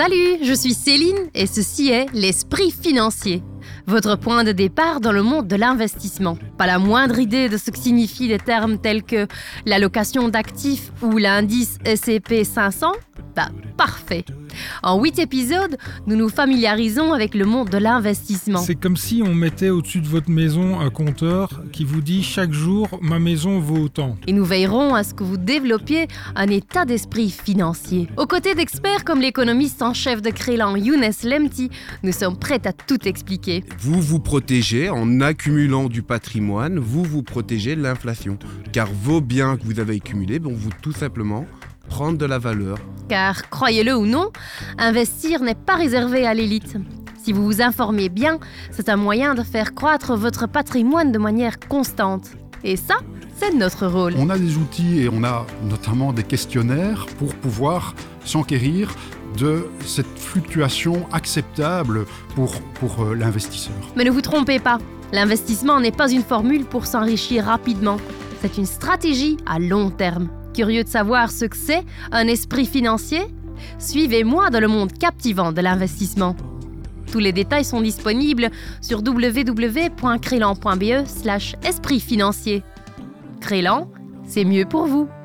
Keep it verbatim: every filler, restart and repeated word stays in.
Salut, je suis Céline et ceci est l'Esprit financier, votre point de départ dans le monde de l'investissement. Pas la moindre idée de ce que signifient des termes tels que l'allocation d'actifs ou l'indice S et P cinq cents? Bah, parfait. En huit épisodes, nous nous familiarisons avec le monde de l'investissement. C'est comme si on mettait au-dessus de votre maison un compteur qui vous dit chaque jour « ma maison vaut autant ». Et nous veillerons à ce que vous développiez un état d'esprit financier. Aux côtés d'experts comme l'économiste en chef de Crélan Younes Lemti, nous sommes prêts à tout expliquer. Vous vous protégez en accumulant du patrimoine, vous vous protégez de l'inflation. Car vos biens que vous avez accumulés vont vous tout simplement prendre de la valeur. Car, croyez-le ou non, investir n'est pas réservé à l'élite. Si vous vous informez bien, c'est un moyen de faire croître votre patrimoine de manière constante. Et ça, c'est notre rôle. On a des outils et on a notamment des questionnaires pour pouvoir s'enquérir de cette fluctuation acceptable pour, pour euh, l'investisseur. Mais ne vous trompez pas, l'investissement n'est pas une formule pour s'enrichir rapidement. C'est une stratégie à long terme. Curieux de savoir ce que c'est, un esprit financier? Suivez-moi dans le monde captivant de l'investissement. Tous les détails sont disponibles sur w w w point crélan point b e slash esprit financier. Crélan, c'est mieux pour vous.